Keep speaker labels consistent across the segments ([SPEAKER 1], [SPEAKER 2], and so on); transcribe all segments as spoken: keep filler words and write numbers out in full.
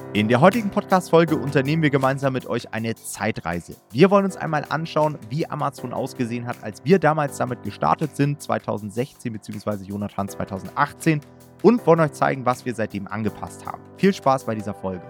[SPEAKER 1] In der heutigen Podcast-Folge unternehmen wir gemeinsam mit euch eine Zeitreise. Wir wollen uns einmal anschauen, wie Amazon ausgesehen hat, als wir damals damit gestartet sind, zweitausendsechzehn bzw. Jonathan zweitausendachtzehn, und wollen euch zeigen, was wir seitdem angepasst haben. Viel Spaß bei dieser Folge.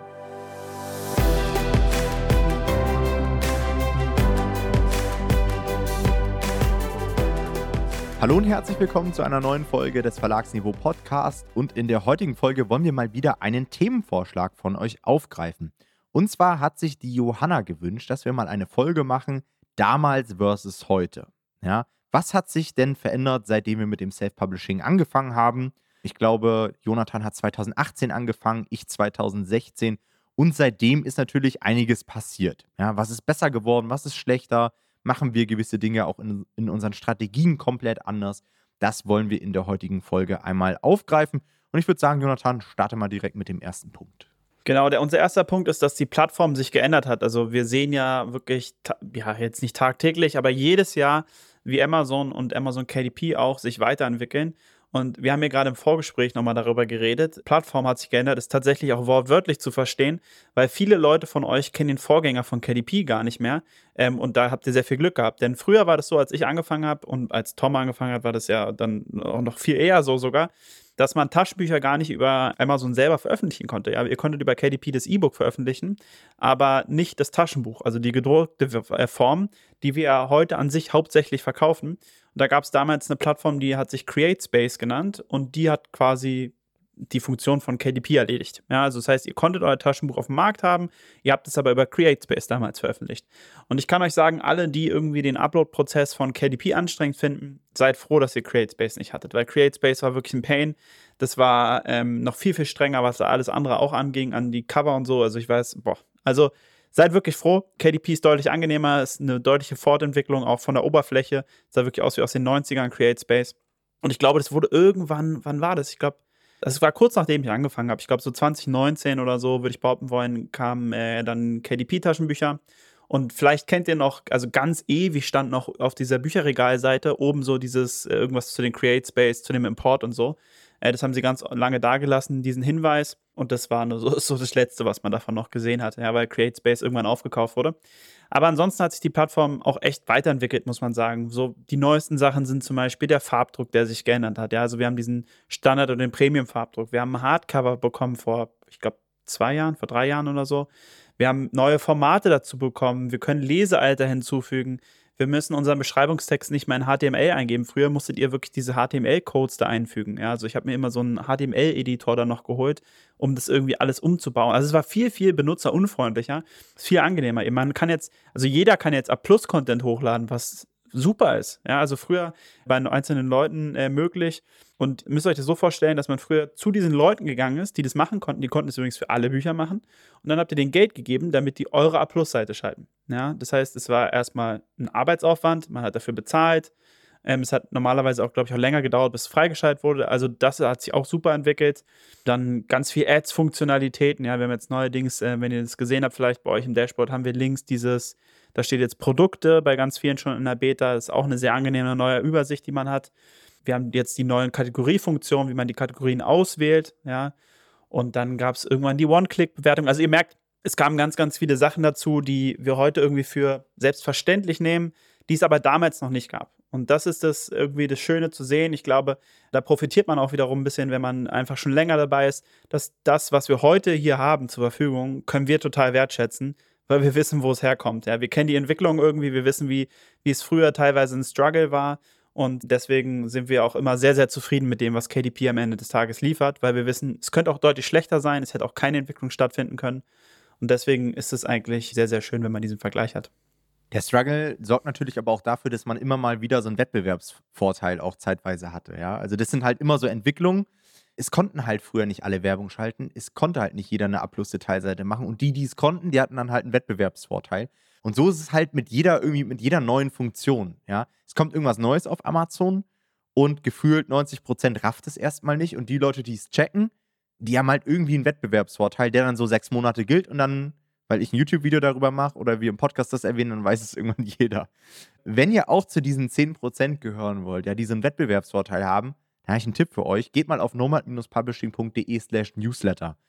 [SPEAKER 1] Hallo und herzlich willkommen zu einer neuen Folge des Verlagsniveau Podcast, und in der heutigen Folge wollen wir mal wieder einen Themenvorschlag von euch aufgreifen. Und zwar hat sich die Johanna gewünscht, dass wir mal eine Folge machen, damals versus heute. Ja, was hat sich denn verändert, seitdem wir mit dem Self-Publishing angefangen haben? Ich glaube, Jonathan hat zweitausendachtzehn angefangen, ich zweitausendsechzehn, und seitdem ist natürlich einiges passiert. Ja, was ist besser geworden, was ist schlechter? Machen wir gewisse Dinge auch in, in unseren Strategien komplett anders? Das wollen wir in der heutigen Folge einmal aufgreifen. Und ich würde sagen, Jonathan, starte mal direkt mit dem ersten Punkt.
[SPEAKER 2] Genau, der, unser erster Punkt ist, dass die Plattform sich geändert hat. Also wir sehen ja wirklich, ja jetzt nicht tagtäglich, aber jedes Jahr, wie Amazon und Amazon K D P auch sich weiterentwickeln. Und wir haben ja gerade im Vorgespräch nochmal darüber geredet. Die Plattform hat sich geändert, ist tatsächlich auch wortwörtlich zu verstehen, weil viele Leute von euch kennen den Vorgänger von K D P gar nicht mehr. Ähm, und da habt ihr sehr viel Glück gehabt. Denn früher war das so, als ich angefangen habe und als Tom angefangen hat, war das ja dann auch noch viel eher so sogar, dass man Taschenbücher gar nicht über Amazon selber veröffentlichen konnte. Ja, ihr konntet über K D P das E-Book veröffentlichen, aber nicht das Taschenbuch, also die gedruckte Form, die wir ja heute an sich hauptsächlich verkaufen. Und da gab es damals eine Plattform, die hat sich CreateSpace genannt, und die hat quasi die Funktion von K D P erledigt. Ja, also das heißt, ihr konntet euer Taschenbuch auf dem Markt haben, ihr habt es aber über CreateSpace damals veröffentlicht. Und ich kann euch sagen, alle, die irgendwie den Upload-Prozess von K D P anstrengend finden, seid froh, dass ihr CreateSpace nicht hattet, weil CreateSpace war wirklich ein Pain. Das war ähm, noch viel, viel strenger, was da alles andere auch anging, an die Cover und so. Also ich weiß, boah, also seid wirklich froh. K D P ist deutlich angenehmer, ist eine deutliche Fortentwicklung auch von der Oberfläche. Sah wirklich aus wie aus den neunzigern CreateSpace. Und ich glaube, das wurde irgendwann, wann war das? Ich glaube, das war kurz nachdem ich angefangen habe. Ich glaube, so zwanzig neunzehn oder so, würde ich behaupten wollen, kamen äh, dann K D P-Taschenbücher. Und vielleicht kennt ihr noch, also ganz ewig stand noch auf dieser Bücherregalseite oben so dieses äh, irgendwas zu den CreateSpace, zu dem Import und so. Äh, das haben sie ganz lange dagelassen, diesen Hinweis. Und das war nur so, so das Letzte, was man davon noch gesehen hatte, ja, weil CreateSpace irgendwann aufgekauft wurde. Aber ansonsten hat sich die Plattform auch echt weiterentwickelt, muss man sagen. So die neuesten Sachen sind zum Beispiel der Farbdruck, der sich geändert hat. Ja, also wir haben diesen Standard- und den Premium-Farbdruck. Wir haben ein Hardcover bekommen vor, ich glaube, zwei Jahren, vor drei Jahren oder so. Wir haben neue Formate dazu bekommen. Wir können Lesealter hinzufügen. Wir müssen unseren Beschreibungstext nicht mehr in H T M L eingeben. Früher musstet ihr wirklich diese H T M L-Codes da einfügen. Ja, also ich habe mir immer so einen H T M L-Editor da noch geholt, um das irgendwie alles umzubauen. Also es war viel, viel benutzerunfreundlicher. Es ist viel angenehmer. Man kann jetzt, also jeder kann jetzt A-Plus-Content hochladen, was super ist. Ja, also früher bei einzelnen Leuten äh, möglich. Und müsst ihr euch das so vorstellen, dass man früher zu diesen Leuten gegangen ist, die das machen konnten. Die konnten es übrigens für alle Bücher machen. Und dann habt ihr denen Geld gegeben, damit die eure A-Plus-Seite schalten. Ja, das heißt, es war erstmal ein Arbeitsaufwand. Man hat dafür bezahlt. Ähm, es hat normalerweise auch, glaube ich, auch länger gedauert, bis es freigeschaltet wurde. Also das hat sich auch super entwickelt. Dann ganz viel Ads-Funktionalitäten. Ja, wir haben jetzt neuerdings, äh, wenn ihr das gesehen habt, vielleicht bei euch im Dashboard, haben wir links dieses, da steht jetzt Produkte bei ganz vielen schon in der Beta. Das ist auch eine sehr angenehme neue Übersicht, die man hat. Wir haben jetzt die neuen Kategoriefunktionen, wie man die Kategorien auswählt. Ja, und dann gab es irgendwann die One-Click-Bewertung. Also ihr merkt, es kamen ganz, ganz viele Sachen dazu, die wir heute irgendwie für selbstverständlich nehmen, die es aber damals noch nicht gab. Und das ist das irgendwie das Schöne zu sehen. Ich glaube, da profitiert man auch wiederum ein bisschen, wenn man einfach schon länger dabei ist, dass das, was wir heute hier haben zur Verfügung, können wir total wertschätzen, weil wir wissen, wo es herkommt. Ja, wir kennen die Entwicklung irgendwie, wir wissen, wie, wie es früher teilweise ein Struggle war. Und deswegen sind wir auch immer sehr, sehr zufrieden mit dem, was K D P am Ende des Tages liefert, weil wir wissen, es könnte auch deutlich schlechter sein, es hätte auch keine Entwicklung stattfinden können. Und deswegen ist es eigentlich sehr, sehr schön, wenn man diesen Vergleich hat.
[SPEAKER 1] Der Struggle sorgt natürlich aber auch dafür, dass man immer mal wieder so einen Wettbewerbsvorteil auch zeitweise hatte. Ja? Also das sind halt immer so Entwicklungen. Es konnten halt früher nicht alle Werbung schalten. Es konnte halt nicht jeder eine A-Plus-Detailseite machen. Und die, die es konnten, die hatten dann halt einen Wettbewerbsvorteil. Und so ist es halt mit jeder irgendwie mit jeder neuen Funktion. Ja? Es kommt irgendwas Neues auf Amazon und gefühlt neunzig Prozent rafft es erstmal nicht. Und die Leute, die es checken, die haben halt irgendwie einen Wettbewerbsvorteil, der dann so sechs Monate gilt, und dann, weil ich ein YouTube-Video darüber mache oder wir im Podcast das erwähnen, dann weiß es irgendwann jeder. Wenn ihr auch zu diesen zehn Prozent gehören wollt, ja, diesen Wettbewerbsvorteil haben, da habe ich einen Tipp für euch. Geht mal auf nomad-publishing.de slash newsletter.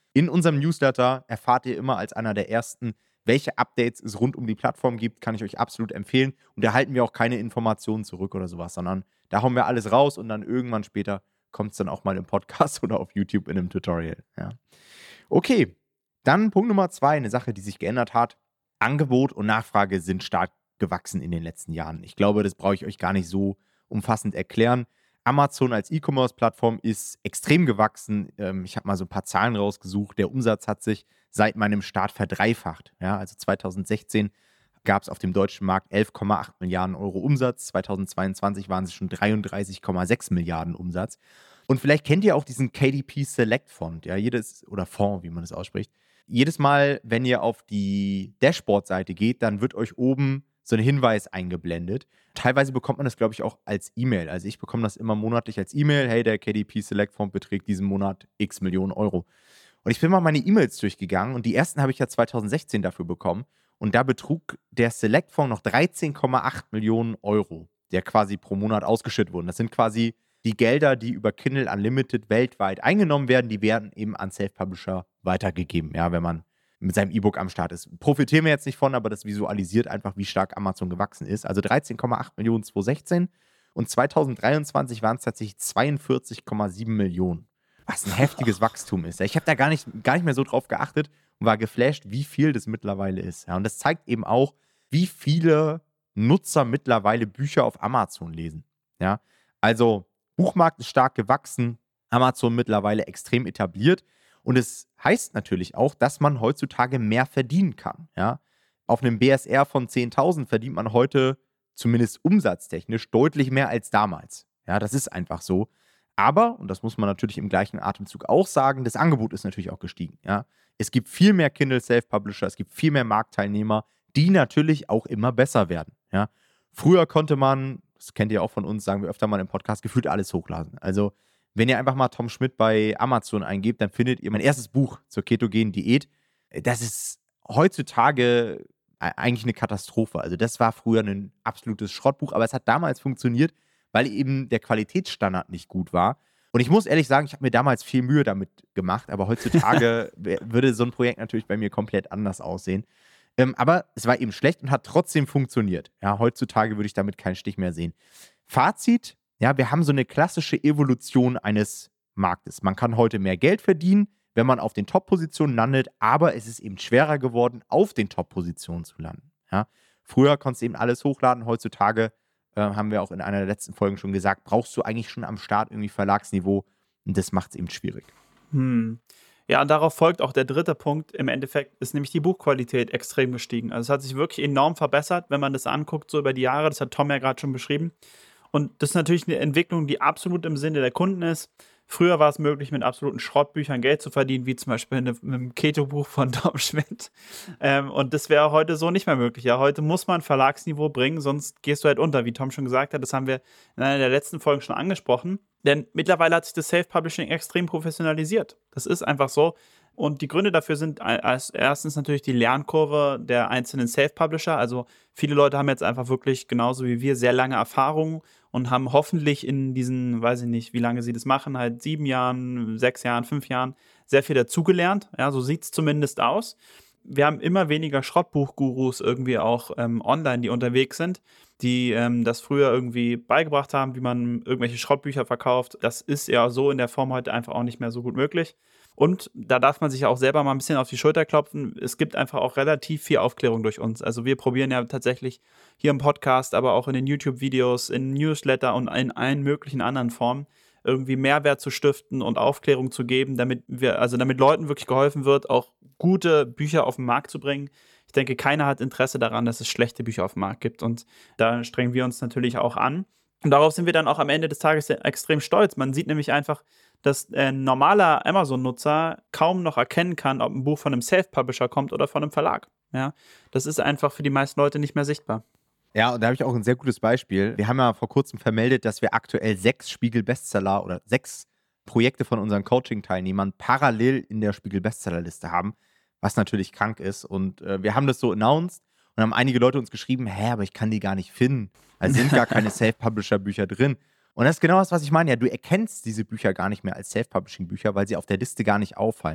[SPEAKER 1] In unserem Newsletter erfahrt ihr immer als einer der ersten, welche Updates es rund um die Plattform gibt, kann ich euch absolut empfehlen. Und da halten wir auch keine Informationen zurück oder sowas, sondern da hauen wir alles raus und dann irgendwann später kommt es dann auch mal im Podcast oder auf YouTube in einem Tutorial. Ja. Okay, dann Punkt Nummer zwei, eine Sache, die sich geändert hat. Angebot und Nachfrage sind stark gewachsen in den letzten Jahren. Ich glaube, das brauche ich euch gar nicht so umfassend erklären. Amazon als E-Commerce-Plattform ist extrem gewachsen. Ähm, ich habe mal so ein paar Zahlen rausgesucht. Der Umsatz hat sich seit meinem Start verdreifacht. Ja, also zwanzig sechzehn gab es auf dem deutschen Markt elf Komma acht Milliarden Euro Umsatz. zwanzig zweiundzwanzig waren es schon dreiunddreißig Komma sechs Milliarden Umsatz. Und vielleicht kennt ihr auch diesen K D P Select Font, ja, jedes, oder Font, wie man das ausspricht. Jedes Mal, wenn ihr auf die Dashboard-Seite geht, dann wird euch oben so ein Hinweis eingeblendet. Teilweise bekommt man das, glaube ich, auch als E-Mail. Also ich bekomme das immer monatlich als E-Mail. Hey, der K D P Select Font beträgt diesen Monat x Millionen Euro. Und ich bin mal meine E-Mails durchgegangen und die ersten habe ich ja zwanzig sechzehn dafür bekommen. Und da betrug der Select Font noch dreizehn Komma acht Millionen Euro, der quasi pro Monat ausgeschüttet wurden. Das sind quasi die Gelder, die über Kindle Unlimited weltweit eingenommen werden, die werden eben an Self-Publisher weitergegeben, ja, wenn man mit seinem E-Book am Start ist. Profitieren wir jetzt nicht von, aber das visualisiert einfach, wie stark Amazon gewachsen ist. Also dreizehn Komma acht Millionen zwanzig sechzehn und zwanzig dreiundzwanzig waren es tatsächlich zweiundvierzig Komma sieben Millionen. Was ein heftiges Wachstum ist. Ich habe da gar nicht, gar nicht mehr so drauf geachtet und war geflasht, wie viel das mittlerweile ist. Ja, und das zeigt eben auch, wie viele Nutzer mittlerweile Bücher auf Amazon lesen. Ja, also Buchmarkt ist stark gewachsen, Amazon mittlerweile extrem etabliert. Und es heißt natürlich auch, dass man heutzutage mehr verdienen kann. Ja? Auf einem B S R von zehntausend verdient man heute zumindest umsatztechnisch deutlich mehr als damals. Ja, das ist einfach so. Aber, und das muss man natürlich im gleichen Atemzug auch sagen, das Angebot ist natürlich auch gestiegen. Ja? Es gibt viel mehr Kindle Self-Publisher, es gibt viel mehr Marktteilnehmer, die natürlich auch immer besser werden. Ja? Früher konnte man, das kennt ihr auch von uns, sagen wir öfter mal im Podcast, gefühlt alles hochladen. Also wenn ihr einfach mal Tom Schmidt bei Amazon eingebt, dann findet ihr mein erstes Buch zur ketogenen Diät. Das ist heutzutage eigentlich eine Katastrophe. Also das war früher ein absolutes Schrottbuch, aber es hat damals funktioniert, weil eben der Qualitätsstandard nicht gut war. Und ich muss ehrlich sagen, ich habe mir damals viel Mühe damit gemacht, aber heutzutage würde so ein Projekt natürlich bei mir komplett anders aussehen. Ähm, aber es war eben schlecht und hat trotzdem funktioniert. Ja, heutzutage würde ich damit keinen Stich mehr sehen. Fazit: Ja, wir haben so eine klassische Evolution eines Marktes. Man kann heute mehr Geld verdienen, wenn man auf den Top-Positionen landet, aber es ist eben schwerer geworden, auf den Top-Positionen zu landen. Ja? Früher konntest du eben alles hochladen, heutzutage, äh, haben wir auch in einer der letzten Folgen schon gesagt, brauchst du eigentlich schon am Start irgendwie Verlagsniveau und das macht es eben schwierig.
[SPEAKER 2] Hm. Ja, und darauf folgt auch der dritte Punkt. Im Endeffekt ist nämlich die Buchqualität extrem gestiegen. Also es hat sich wirklich enorm verbessert, wenn man das anguckt, so über die Jahre. Das hat Tom ja gerade schon beschrieben. Und das ist natürlich eine Entwicklung, die absolut im Sinne der Kunden ist. Früher war es möglich, mit absoluten Schrottbüchern Geld zu verdienen, wie zum Beispiel mit einem Keto-Buch von Tom Schmidt. Ähm, und das wäre heute so nicht mehr möglich. Ja, heute muss man Verlagsniveau bringen, sonst gehst du halt unter, wie Tom schon gesagt hat. Das haben wir in einer der letzten Folgen schon angesprochen. Denn mittlerweile hat sich das Self-Publishing extrem professionalisiert. Das ist einfach so. Und die Gründe dafür sind als erstens natürlich die Lernkurve der einzelnen Self-Publisher. Also viele Leute haben jetzt einfach wirklich genauso wie wir sehr lange Erfahrung und haben hoffentlich in diesen, weiß ich nicht, wie lange sie das machen, halt sieben Jahren, sechs Jahren, fünf Jahren sehr viel dazugelernt. Ja, so sieht es zumindest aus. Wir haben immer weniger Schrottbuchgurus irgendwie auch ähm, online, die unterwegs sind, die ähm, das früher irgendwie beigebracht haben, wie man irgendwelche Schrottbücher verkauft. Das ist ja so in der Form heute einfach auch nicht mehr so gut möglich. Und da darf man sich ja auch selber mal ein bisschen auf die Schulter klopfen. Es gibt einfach auch relativ viel Aufklärung durch uns. Also wir probieren ja tatsächlich hier im Podcast, aber auch in den YouTube-Videos, in Newsletter und in allen möglichen anderen Formen irgendwie Mehrwert zu stiften und Aufklärung zu geben, damit wir, also damit Leuten wirklich geholfen wird, auch gute Bücher auf den Markt zu bringen. Ich denke, keiner hat Interesse daran, dass es schlechte Bücher auf dem Markt gibt. Und da strengen wir uns natürlich auch an. Und darauf sind wir dann auch am Ende des Tages extrem stolz. Man sieht nämlich einfach, dass ein normaler Amazon-Nutzer kaum noch erkennen kann, ob ein Buch von einem Self-Publisher kommt oder von einem Verlag. Ja, das ist einfach für die meisten Leute nicht mehr sichtbar.
[SPEAKER 1] Ja, und da habe ich auch ein sehr gutes Beispiel. Wir haben ja vor kurzem vermeldet, dass wir aktuell sechs Spiegel-Bestseller oder sechs Projekte von unseren Coaching-Teilnehmern parallel in der Spiegel-Bestseller-Liste haben, was natürlich krank ist. Und äh, wir haben das so announced und haben einige Leute uns geschrieben, hä, aber ich kann die gar nicht finden. Da sind gar keine Self-Publisher-Bücher drin. Und das ist genau das, was ich meine. Ja, du erkennst diese Bücher gar nicht mehr als Self-Publishing-Bücher, weil sie auf der Liste gar nicht auffallen.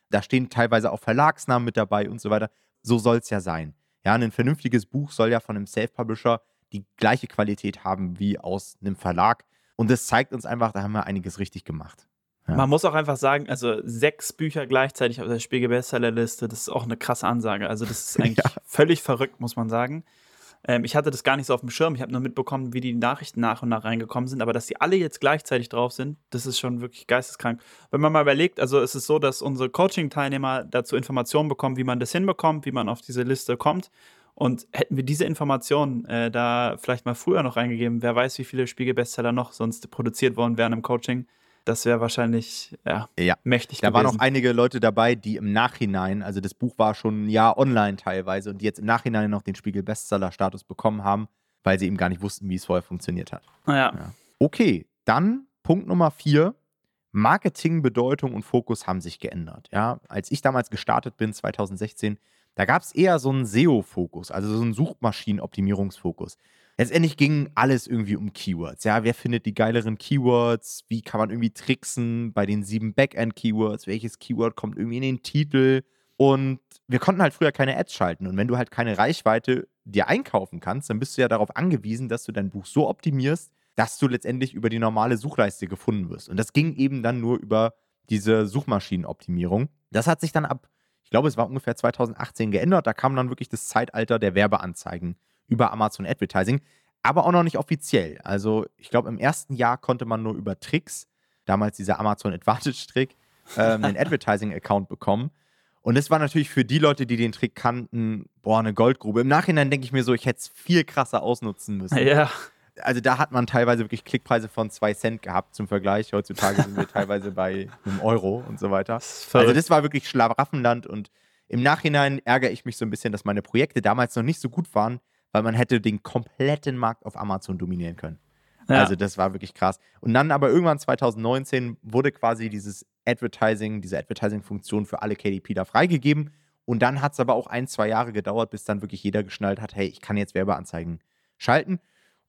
[SPEAKER 1] Da stehen teilweise auch Verlagsnamen mit dabei und so weiter. So soll es ja sein. Ja, ein vernünftiges Buch soll ja von einem Self-Publisher die gleiche Qualität haben wie aus einem Verlag. Und das zeigt uns einfach, da haben wir einiges richtig gemacht. Ja.
[SPEAKER 2] Man muss auch einfach sagen, also sechs Bücher gleichzeitig auf der Spiegel-Bestsellerliste, das ist auch eine krasse Ansage. Also das ist eigentlich
[SPEAKER 1] Ja.
[SPEAKER 2] völlig verrückt, muss man sagen. Ähm, ich hatte das gar nicht so auf dem Schirm. Ich habe nur mitbekommen, wie die Nachrichten nach und nach reingekommen sind. Aber dass die alle jetzt gleichzeitig drauf sind, das ist schon wirklich geisteskrank. Wenn man mal überlegt, also es ist so, dass unsere Coaching-Teilnehmer dazu Informationen bekommen, wie man das hinbekommt, wie man auf diese Liste kommt. Und hätten wir diese Informationen äh, da vielleicht mal früher noch reingegeben, wer weiß, wie viele Spiegel-Bestseller noch sonst produziert worden wären im Coaching. Das wäre wahrscheinlich ja,
[SPEAKER 1] Ja,
[SPEAKER 2] mächtig
[SPEAKER 1] da
[SPEAKER 2] gewesen.
[SPEAKER 1] waren auch einige Leute dabei, die im Nachhinein, also das Buch war schon ein Jahr online teilweise und die jetzt im Nachhinein noch den Spiegel-Bestseller-Status bekommen haben, weil sie eben gar nicht wussten, wie es vorher funktioniert hat.
[SPEAKER 2] Naja.
[SPEAKER 1] Ja. Okay, dann Punkt Nummer vier. Marketing, Bedeutung und Fokus haben sich geändert. Ja, als ich damals gestartet bin, zwanzig sechzehn, da gab es eher so einen S E O-Fokus, also so einen Suchmaschinenoptimierungsfokus. Letztendlich ging alles irgendwie um Keywords. Ja, wer findet die geileren Keywords? Wie kann man irgendwie tricksen bei den sieben Backend-Keywords? Welches Keyword kommt irgendwie in den Titel? Und wir konnten halt früher keine Ads schalten. Und wenn du halt keine Reichweite dir einkaufen kannst, dann bist du ja darauf angewiesen, dass du dein Buch so optimierst, dass du letztendlich über die normale Suchleiste gefunden wirst. Und das ging eben dann nur über diese Suchmaschinenoptimierung. Das hat sich dann ab, ich glaube, es war ungefähr zwanzig achtzehn geändert. Da kam dann wirklich das Zeitalter der Werbeanzeigen über Amazon Advertising, aber auch noch nicht offiziell. Also ich glaube, im ersten Jahr konnte man nur über Tricks, damals dieser Amazon Advantage-Trick, ähm, einen Advertising-Account bekommen. Und das war natürlich für die Leute, die den Trick kannten, boah, eine Goldgrube. Im Nachhinein denke ich mir so, ich hätte es viel krasser ausnutzen müssen.
[SPEAKER 2] Ja.
[SPEAKER 1] Also da hat man teilweise wirklich Klickpreise von zwei Cent gehabt zum Vergleich. Heutzutage sind wir teilweise bei einem Euro und so weiter.
[SPEAKER 2] Das
[SPEAKER 1] also das war wirklich Schlaraffenland und im Nachhinein ärgere ich mich so ein bisschen, dass meine Projekte damals noch nicht so gut waren, weil man hätte den kompletten Markt auf Amazon dominieren können. Ja. Also das war wirklich krass. Und dann aber irgendwann zwanzig neunzehn wurde quasi dieses Advertising, diese Advertising-Funktion für alle K D P da freigegeben. Und dann hat es aber auch ein, zwei Jahre gedauert, bis dann wirklich jeder geschnallt hat, hey, ich kann jetzt Werbeanzeigen schalten.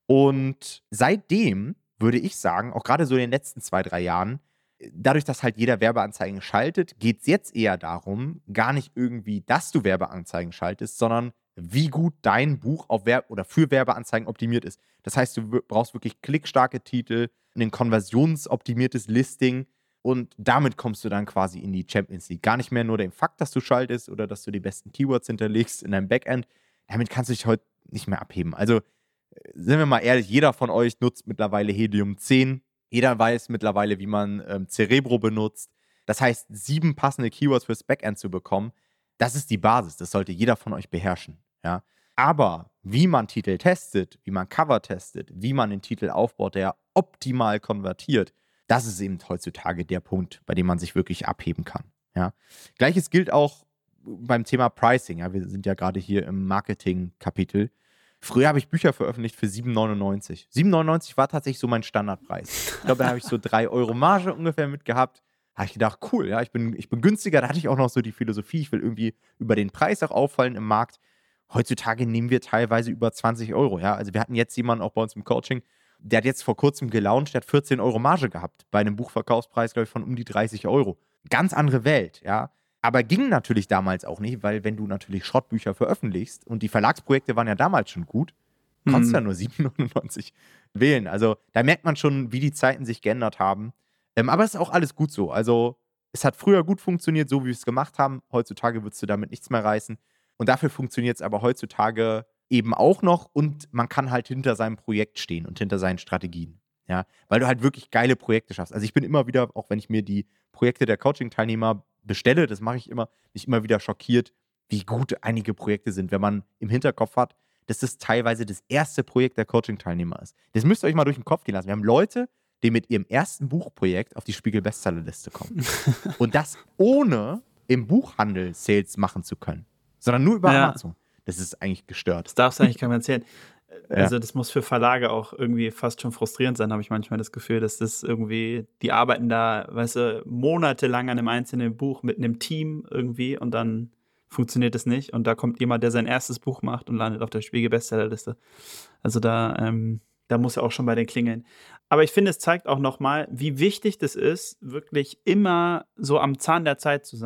[SPEAKER 1] Und seitdem würde ich sagen, auch gerade so in den letzten zwei, drei Jahren, dadurch, dass halt jeder Werbeanzeigen schaltet, geht es jetzt eher darum, gar nicht irgendwie, dass du Werbeanzeigen schaltest, sondern wie gut dein Buch auf Werb- oder für Werbeanzeigen optimiert ist. Das heißt, du w- brauchst wirklich klickstarke Titel, ein konversionsoptimiertes Listing und damit kommst du dann quasi in die Champions League. Gar nicht mehr nur den Fakt, dass du schaltest oder dass du die besten Keywords hinterlegst in deinem Backend. Damit kannst du dich heute nicht mehr abheben. Also sind wir mal ehrlich, jeder von euch nutzt mittlerweile Helium zehn. Jeder weiß mittlerweile, wie man ähm, Cerebro benutzt. Das heißt, sieben passende Keywords fürs Backend zu bekommen, das ist die Basis. Das sollte jeder von euch beherrschen. Ja? Aber wie man Titel testet, wie man Cover testet, wie man den Titel aufbaut, der optimal konvertiert, das ist eben heutzutage der Punkt, bei dem man sich wirklich abheben kann. Ja? Gleiches gilt auch beim Thema Pricing. Ja? Wir sind ja gerade hier im Marketing-Kapitel. Früher habe ich Bücher veröffentlicht für sieben neunundneunzig. sieben neunundneunzig war tatsächlich so mein Standardpreis. Ich glaube, da habe ich so drei Euro Marge ungefähr mitgehabt. Da habe ich gedacht, cool, ja, ich bin, ich bin günstiger. Da hatte ich auch noch so die Philosophie, ich will irgendwie über den Preis auch auffallen im Markt. Heutzutage nehmen wir teilweise über zwanzig Euro. Ja? Also wir hatten jetzt jemanden auch bei uns im Coaching, der hat jetzt vor kurzem gelauncht, der hat vierzehn Euro Marge gehabt. Bei einem Buchverkaufspreis, glaube ich, von um die dreißig Euro. Ganz andere Welt, ja. Aber ging natürlich damals auch nicht, weil wenn du natürlich Schrottbücher veröffentlichst und die Verlagsprojekte waren ja damals schon gut, konntest du ja nur sieben neunundneunzig wählen. Also da merkt man schon, wie die Zeiten sich geändert haben. Ähm, aber es ist auch alles gut so. Also es hat früher gut funktioniert, so wie wir es gemacht haben. Heutzutage würdest du damit nichts mehr reißen. Und dafür funktioniert es aber heutzutage eben auch noch und man kann halt hinter seinem Projekt stehen und hinter seinen Strategien. Ja, weil du halt wirklich geile Projekte schaffst. Also ich bin immer wieder, auch wenn ich mir die Projekte der Coaching-Teilnehmer bestelle, das mache ich immer, bin ich immer wieder schockiert, wie gut einige Projekte sind, wenn man im Hinterkopf hat, dass das teilweise das erste Projekt der Coaching-Teilnehmer ist. Das müsst ihr euch mal durch den Kopf gehen lassen. Wir haben Leute, die mit ihrem ersten Buchprojekt auf die Spiegel-Bestsellerliste kommen. Und das ohne im Buchhandel Sales machen zu können, sondern nur über
[SPEAKER 2] Ja.
[SPEAKER 1] Amazon. Das ist eigentlich gestört.
[SPEAKER 2] Das darfst du eigentlich keinem erzählen.
[SPEAKER 1] Ja.
[SPEAKER 2] Also das muss für Verlage auch irgendwie fast schon frustrierend sein, habe ich manchmal das Gefühl, dass das irgendwie, die arbeiten da, weißt du, monatelang an einem einzelnen Buch mit einem Team irgendwie und dann funktioniert es nicht und da kommt jemand, der sein erstes Buch macht und landet auf der Spiegel-Bestsellerliste. Also da, ähm, da muss er auch schon bei den klingeln. Aber ich finde, es zeigt auch nochmal, wie wichtig das ist, wirklich immer so am Zahn der Zeit zu sein.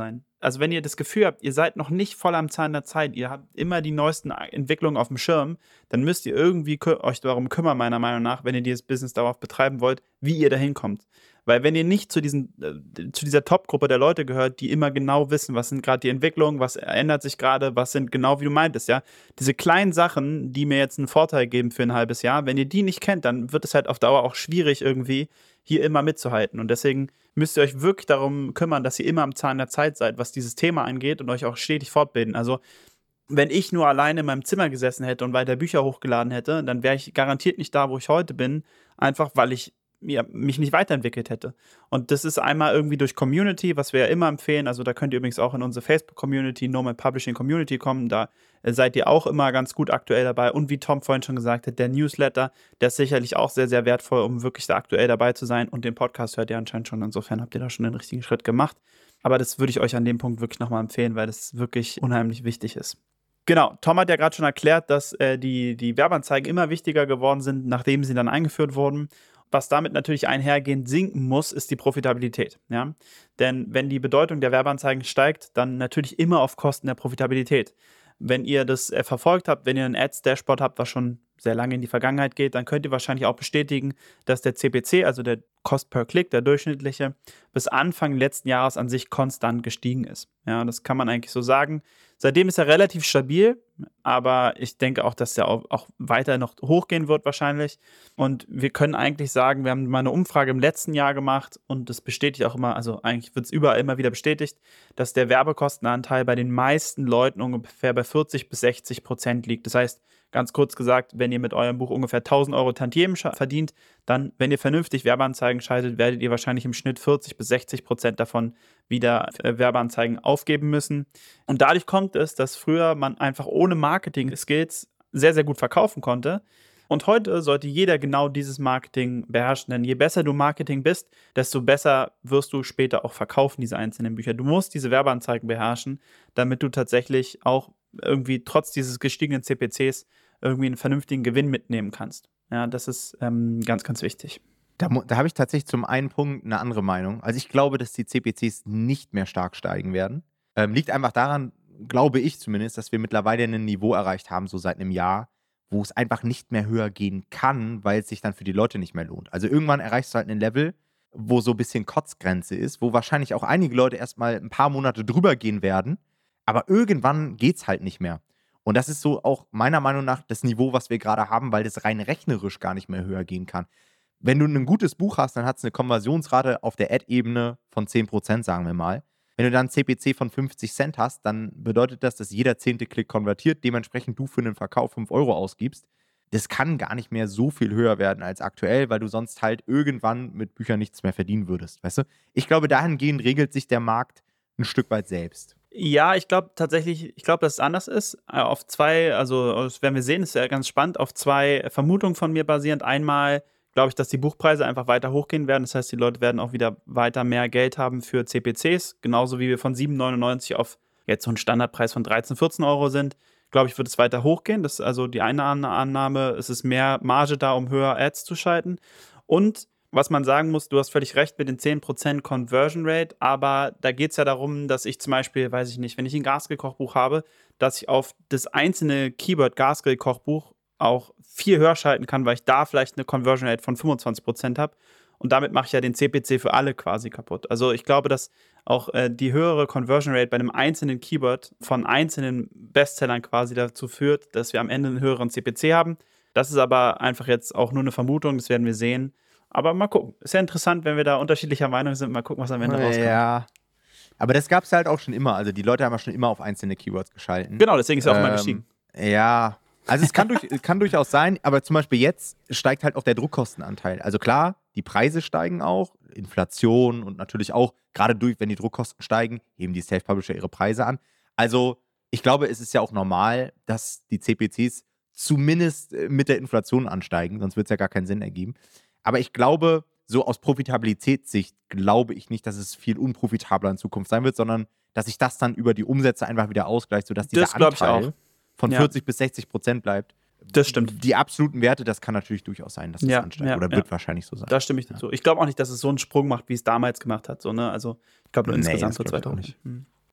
[SPEAKER 2] also wenn ihr das Gefühl habt, ihr seid noch nicht voll am Zahn der Zeit, ihr habt immer die neuesten Entwicklungen auf dem Schirm, dann müsst ihr irgendwie kü- euch darum kümmern, meiner Meinung nach, wenn ihr dieses Business darauf betreiben wollt, wie ihr dahin kommt. Weil wenn ihr nicht zu, diesen, äh, zu dieser Top-Gruppe der Leute gehört, die immer genau wissen, was sind gerade die Entwicklungen, was ändert sich gerade, was sind genau, wie du meintest, ja, diese kleinen Sachen, die mir jetzt einen Vorteil geben für ein halbes Jahr, wenn ihr die nicht kennt, dann wird es halt auf Dauer auch schwierig irgendwie, hier immer mitzuhalten. Und deswegen müsst ihr euch wirklich darum kümmern, dass ihr immer am Zahn der Zeit seid, was dieses Thema angeht und euch auch stetig fortbilden. Also wenn ich nur alleine in meinem Zimmer gesessen hätte und weiter Bücher hochgeladen hätte, dann wäre ich garantiert nicht da, wo ich heute bin, einfach weil ich ja, mich nicht weiterentwickelt hätte. Und das ist einmal irgendwie durch Community, was wir ja immer empfehlen. Also da könnt ihr übrigens auch in unsere Facebook-Community, Nomad Publishing Community kommen. Da äh, seid ihr auch immer ganz gut aktuell dabei. Und wie Tom vorhin schon gesagt hat, der Newsletter, der ist sicherlich auch sehr, sehr wertvoll, um wirklich da aktuell dabei zu sein. Und den Podcast hört ihr anscheinend schon. Insofern habt ihr da schon den richtigen Schritt gemacht. Aber das würde ich euch an dem Punkt wirklich nochmal empfehlen, weil das wirklich unheimlich wichtig ist. Genau, Tom hat ja gerade schon erklärt, dass äh, die, die Werbeanzeigen immer wichtiger geworden sind, nachdem sie dann eingeführt wurden. Was damit natürlich einhergehend sinken muss, ist die Profitabilität. Ja? Denn wenn die Bedeutung der Werbeanzeigen steigt, dann natürlich immer auf Kosten der Profitabilität. Wenn ihr das äh, verfolgt habt, wenn ihr ein Ads-Dashboard habt, was schon sehr lange in die Vergangenheit geht, dann könnt ihr wahrscheinlich auch bestätigen, dass der C P C, also der Cost per Click, der durchschnittliche, bis Anfang letzten Jahres an sich konstant gestiegen ist. Ja, das kann man eigentlich so sagen. Seitdem ist er relativ stabil, aber ich denke auch, dass er auch, auch weiter noch hochgehen wird wahrscheinlich. Und wir können eigentlich sagen, wir haben mal eine Umfrage im letzten Jahr gemacht und das bestätigt auch immer, also eigentlich wird es überall immer wieder bestätigt, dass der Werbekostenanteil bei den meisten Leuten ungefähr bei vierzig bis sechzig Prozent liegt. Das heißt, ganz kurz gesagt, wenn ihr mit eurem Buch ungefähr tausend Euro Tantiemen verdient, dann, wenn ihr vernünftig Werbeanzeigen schaltet, werdet ihr wahrscheinlich im Schnitt vierzig bis sechzig Prozent davon wieder äh, Werbeanzeigen aufgeben müssen. Und dadurch kommt es, dass früher man einfach ohne Marketing-Skills sehr, sehr gut verkaufen konnte. Und heute sollte jeder genau dieses Marketing beherrschen, denn je besser du Marketing bist, desto besser wirst du später auch verkaufen, diese einzelnen Bücher. Du musst diese Werbeanzeigen beherrschen, damit du tatsächlich auch irgendwie trotz dieses gestiegenen C P Cs irgendwie einen vernünftigen Gewinn mitnehmen kannst. Ja, das ist ähm, ganz, ganz wichtig.
[SPEAKER 1] Da, mu- da habe ich tatsächlich zum einen Punkt eine andere Meinung. Also ich glaube, dass die C P Cs nicht mehr stark steigen werden. Ähm, liegt einfach daran, glaube ich zumindest, dass wir mittlerweile ein Niveau erreicht haben, so seit einem Jahr, wo es einfach nicht mehr höher gehen kann, weil es sich dann für die Leute nicht mehr lohnt. Also irgendwann erreichst du halt ein Level, wo so ein bisschen Kotzgrenze ist, wo wahrscheinlich auch einige Leute erstmal ein paar Monate drüber gehen werden, aber irgendwann geht's halt nicht mehr. Und das ist so auch meiner Meinung nach das Niveau, was wir gerade haben, weil das rein rechnerisch gar nicht mehr höher gehen kann. Wenn du ein gutes Buch hast, dann hat es eine Konversionsrate auf der Ad-Ebene von zehn Prozent, sagen wir mal. Wenn du dann einen C P C von fünfzig Cent hast, dann bedeutet das, dass jeder zehnte Klick konvertiert, dementsprechend du für einen Verkauf fünf Euro ausgibst. Das kann gar nicht mehr so viel höher werden als aktuell, weil du sonst halt irgendwann mit Büchern nichts mehr verdienen würdest, weißt du? Ich glaube, dahingehend regelt sich der Markt ein Stück weit selbst.
[SPEAKER 2] Ja, ich glaube tatsächlich, ich glaube, dass es anders ist. Äh, Auf zwei, also das werden wir sehen, ist ja ganz spannend, auf zwei Vermutungen von mir basierend. Einmal glaube ich, dass die Buchpreise einfach weiter hochgehen werden. Das heißt, die Leute werden auch wieder weiter mehr Geld haben für C P Cs. Genauso wie wir von sieben neunundneunzig auf jetzt so einen Standardpreis von dreizehn, vierzehn Euro sind. Glaube ich, wird es weiter hochgehen. Das ist also die eine Annahme. Es ist mehr Marge da, um höher Ads zu schalten. Und was man sagen muss, du hast völlig recht mit den zehn Prozent Conversion Rate, aber da geht es ja darum, dass ich zum Beispiel, weiß ich nicht, wenn ich ein Gasgrill-Kochbuch habe, dass ich auf das einzelne Keyword Gasgrill-Kochbuch auch viel höher schalten kann, weil ich da vielleicht eine Conversion Rate von fünfundzwanzig Prozent habe und damit mache ich ja den C P C für alle quasi kaputt. Also ich glaube, dass auch äh, die höhere Conversion Rate bei einem einzelnen Keyword von einzelnen Bestsellern quasi dazu führt, dass wir am Ende einen höheren C P C haben. Das ist aber einfach jetzt auch nur eine Vermutung, das werden wir sehen. Aber mal gucken. Ist ja interessant, wenn wir da unterschiedlicher Meinung sind. Mal gucken, was am Ende rauskommt.
[SPEAKER 1] Ja. Aber das gab es halt auch schon immer. Also die Leute haben ja schon immer auf einzelne Keywords geschalten.
[SPEAKER 2] Genau, deswegen ist er auch
[SPEAKER 1] ähm,
[SPEAKER 2] immer gestiegen.
[SPEAKER 1] Ja. Also es kann, durch, kann durchaus sein, aber zum Beispiel jetzt steigt halt auch der Druckkostenanteil. Also klar, die Preise steigen auch, Inflation und natürlich auch, gerade durch, wenn die Druckkosten steigen, heben die Self-Publisher ihre Preise an. Also ich glaube, es ist ja auch normal, dass die C P Cs zumindest mit der Inflation ansteigen, sonst wird es ja gar keinen Sinn ergeben. Aber ich glaube, so aus Profitabilitätssicht glaube ich nicht, dass es viel unprofitabler in Zukunft sein wird, sondern dass sich das dann über die Umsätze einfach wieder ausgleicht, sodass dieser
[SPEAKER 2] Das glaub ich
[SPEAKER 1] Anteil
[SPEAKER 2] auch.
[SPEAKER 1] von
[SPEAKER 2] Ja.
[SPEAKER 1] vierzig bis sechzig Prozent bleibt.
[SPEAKER 2] Das stimmt.
[SPEAKER 1] Die absoluten Werte, das kann natürlich durchaus sein, dass das
[SPEAKER 2] Ja,
[SPEAKER 1] ansteigt.
[SPEAKER 2] ja,
[SPEAKER 1] Oder
[SPEAKER 2] ja.
[SPEAKER 1] wird wahrscheinlich so sein.
[SPEAKER 2] Da stimme ich dazu. Ich glaube auch nicht, dass es so einen Sprung macht, wie es damals gemacht hat. So, ne? Also ich glaube nur
[SPEAKER 1] Nee,
[SPEAKER 2] insgesamt
[SPEAKER 1] das
[SPEAKER 2] so
[SPEAKER 1] glaub ich auch
[SPEAKER 2] zweitausend.
[SPEAKER 1] nicht.
[SPEAKER 2] Hm.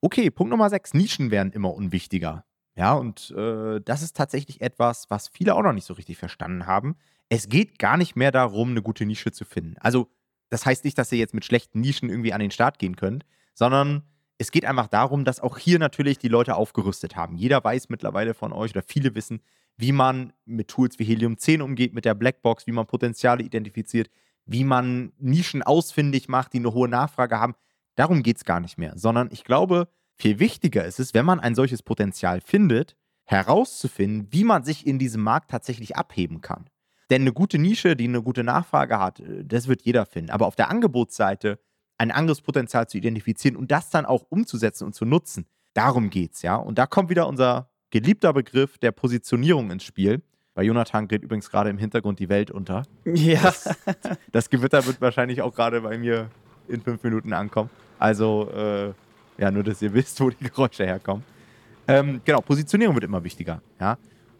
[SPEAKER 1] Okay, Punkt Nummer sechs. Nischen werden immer unwichtiger. Ja, und äh, das ist tatsächlich etwas, was viele auch noch nicht so richtig verstanden haben. Es geht gar nicht mehr darum, eine gute Nische zu finden. Also, das heißt nicht, dass ihr jetzt mit schlechten Nischen irgendwie an den Start gehen könnt, sondern es geht einfach darum, dass auch hier natürlich die Leute aufgerüstet haben. Jeder weiß mittlerweile von euch oder viele wissen, wie man mit Tools wie Helium zehn umgeht, mit der Blackbox, wie man Potenziale identifiziert, wie man Nischen ausfindig macht, die eine hohe Nachfrage haben. Darum geht es gar nicht mehr, sondern ich glaube, viel wichtiger ist es, wenn man ein solches Potenzial findet, herauszufinden, wie man sich in diesem Markt tatsächlich abheben kann. Denn eine gute Nische, die eine gute Nachfrage hat, das wird jeder finden. Aber auf der Angebotsseite ein anderes Potenzial zu identifizieren und das dann auch umzusetzen und zu nutzen, darum geht's, ja. Und da kommt wieder unser geliebter Begriff der Positionierung ins Spiel. Bei Jonathan geht übrigens gerade im Hintergrund die Welt unter.
[SPEAKER 2] Ja.
[SPEAKER 1] Das, das Gewitter wird wahrscheinlich auch gerade bei mir in fünf Minuten ankommen. Also, äh, ja, nur, dass ihr wisst, wo die Geräusche herkommen. Ähm, genau, Positionierung wird immer wichtiger, ja.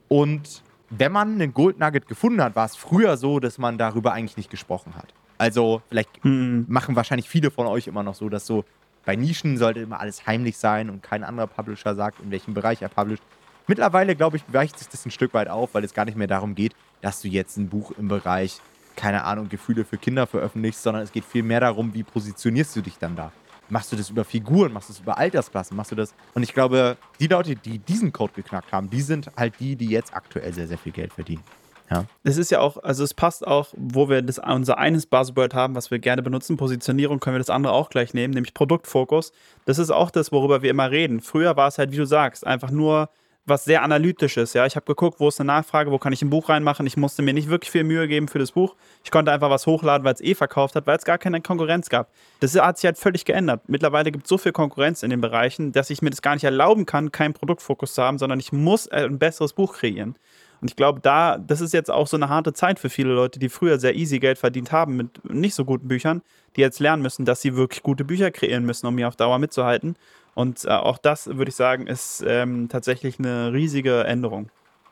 [SPEAKER 1] Und wenn man einen Gold Nugget gefunden hat, war es früher so, dass man darüber eigentlich nicht gesprochen hat. Also, vielleicht
[SPEAKER 2] Hm.
[SPEAKER 1] machen wahrscheinlich viele von euch immer noch so, dass so bei Nischen sollte immer alles heimlich sein und kein anderer Publisher sagt, in welchem Bereich er publisht. Mittlerweile, glaube ich, weicht sich das ein Stück weit auf, weil es gar nicht mehr darum geht, dass du jetzt ein Buch im Bereich, keine Ahnung, Gefühle für Kinder veröffentlichst, sondern es geht viel mehr darum, wie positionierst du dich dann da? Machst du das über Figuren? Machst du das über Altersklassen? Machst du das? Und ich glaube, die Leute, die diesen Code geknackt haben, die sind halt die, die jetzt aktuell sehr, sehr viel Geld verdienen. Ja.
[SPEAKER 2] Das ist ja auch, also es passt auch, wo wir das, unser eines Buzzword haben, was wir gerne benutzen, Positionierung, können wir das andere auch gleich nehmen, nämlich Produktfokus. Das ist auch das, worüber wir immer reden. Früher war es halt, wie du sagst, einfach nur was sehr Analytisches. Ja? Ich habe geguckt, wo ist eine Nachfrage, wo kann ich ein Buch reinmachen. Ich musste mir nicht wirklich viel Mühe geben für das Buch. Ich konnte einfach was hochladen, weil es eh verkauft hat, weil es gar keine Konkurrenz gab. Das hat sich halt völlig geändert. Mittlerweile gibt es so viel Konkurrenz in den Bereichen, dass ich mir das gar nicht erlauben kann, keinen Produktfokus zu haben, sondern ich muss ein besseres Buch kreieren. Und ich glaube, da, das ist jetzt auch so eine harte Zeit für viele Leute, die früher sehr easy Geld verdient haben mit nicht so guten Büchern, die jetzt lernen müssen, dass sie wirklich gute Bücher kreieren müssen, um hier auf Dauer mitzuhalten. Und äh, auch das, würde ich sagen, ist ähm, tatsächlich eine riesige Änderung.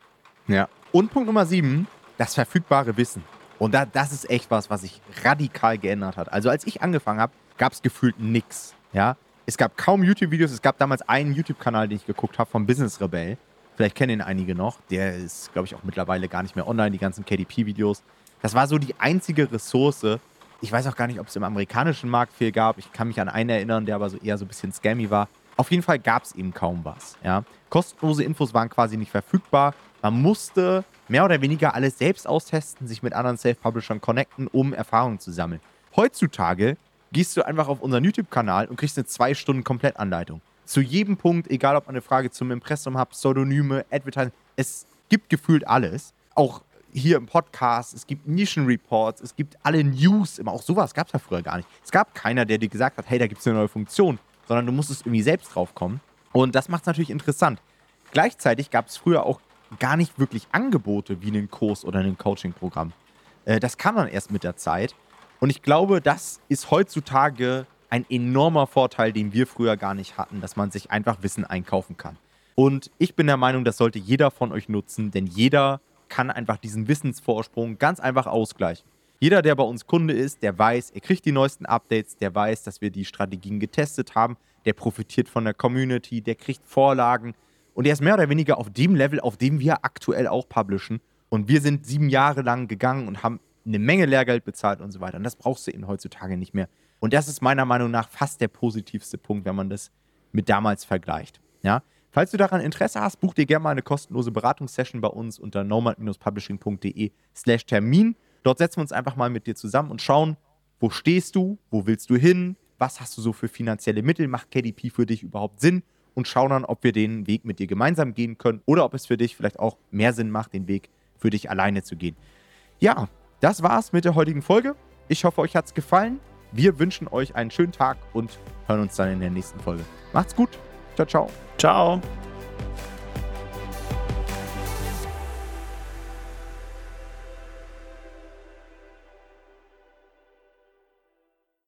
[SPEAKER 1] Ja. Und Punkt Nummer sieben, das verfügbare Wissen. Und da, das ist echt was, was sich radikal geändert hat. Also als ich angefangen habe, gab es gefühlt nichts. Ja? Es gab kaum YouTube-Videos. Es gab damals einen YouTube-Kanal, den ich geguckt habe, vom Business Rebell. Vielleicht kennen ihn einige noch. Der ist, glaube ich, auch mittlerweile gar nicht mehr online, die ganzen K D P-Videos. Das war so die einzige Ressource. Ich weiß auch gar nicht, ob es im amerikanischen Markt viel gab. Ich kann mich an einen erinnern, der aber so eher so ein bisschen scammy war. Auf jeden Fall gab es eben kaum was. Ja? Kostenlose Infos waren quasi nicht verfügbar. Man musste mehr oder weniger alles selbst austesten, sich mit anderen Self-Publishern connecten, um Erfahrungen zu sammeln. Heutzutage gehst du einfach auf unseren YouTube-Kanal und kriegst eine zwei Stunden Komplettanleitung. Zu jedem Punkt, egal ob man eine Frage zum Impressum hat, Pseudonyme, Advertising, es gibt gefühlt alles. Auch hier im Podcast, es gibt Nischen-Reports, es gibt alle News, immer auch sowas gab es ja früher gar nicht. Es gab keiner, der dir gesagt hat, hey, da gibt es eine neue Funktion, sondern du musstest irgendwie selbst drauf kommen. Und das macht es natürlich interessant. Gleichzeitig gab es früher auch gar nicht wirklich Angebote wie einen Kurs oder ein Coaching-Programm. Äh, das kam dann erst mit der Zeit. Und ich glaube, das ist heutzutage ein enormer Vorteil, den wir früher gar nicht hatten, dass man sich einfach Wissen einkaufen kann. Und ich bin der Meinung, das sollte jeder von euch nutzen, denn jeder kann einfach diesen Wissensvorsprung ganz einfach ausgleichen. Jeder, der bei uns Kunde ist, der weiß, er kriegt die neuesten Updates, der weiß, dass wir die Strategien getestet haben, der profitiert von der Community, der kriegt Vorlagen und der ist mehr oder weniger auf dem Level, auf dem wir aktuell auch publishen. Und wir sind sieben Jahre lang gegangen und haben eine Menge Lehrgeld bezahlt und so weiter. Und das brauchst du eben heutzutage nicht mehr. Und das ist meiner Meinung nach fast der positivste Punkt, wenn man das mit damals vergleicht. Ja? Falls du daran Interesse hast, buch dir gerne mal eine kostenlose Beratungssession bei uns unter nomad-publishing.de slash Termin. Dort setzen wir uns einfach mal mit dir zusammen und schauen, wo stehst du, wo willst du hin, was hast du so für finanzielle Mittel, macht K D P für dich überhaupt Sinn und schauen dann, ob wir den Weg mit dir gemeinsam gehen können oder ob es für dich vielleicht auch mehr Sinn macht, den Weg für dich alleine zu gehen. Ja, das war's mit der heutigen Folge. Ich hoffe, euch hat's gefallen. Wir wünschen euch einen schönen Tag und hören uns dann in der nächsten Folge. Macht's gut. Ciao, ciao.
[SPEAKER 2] Ciao.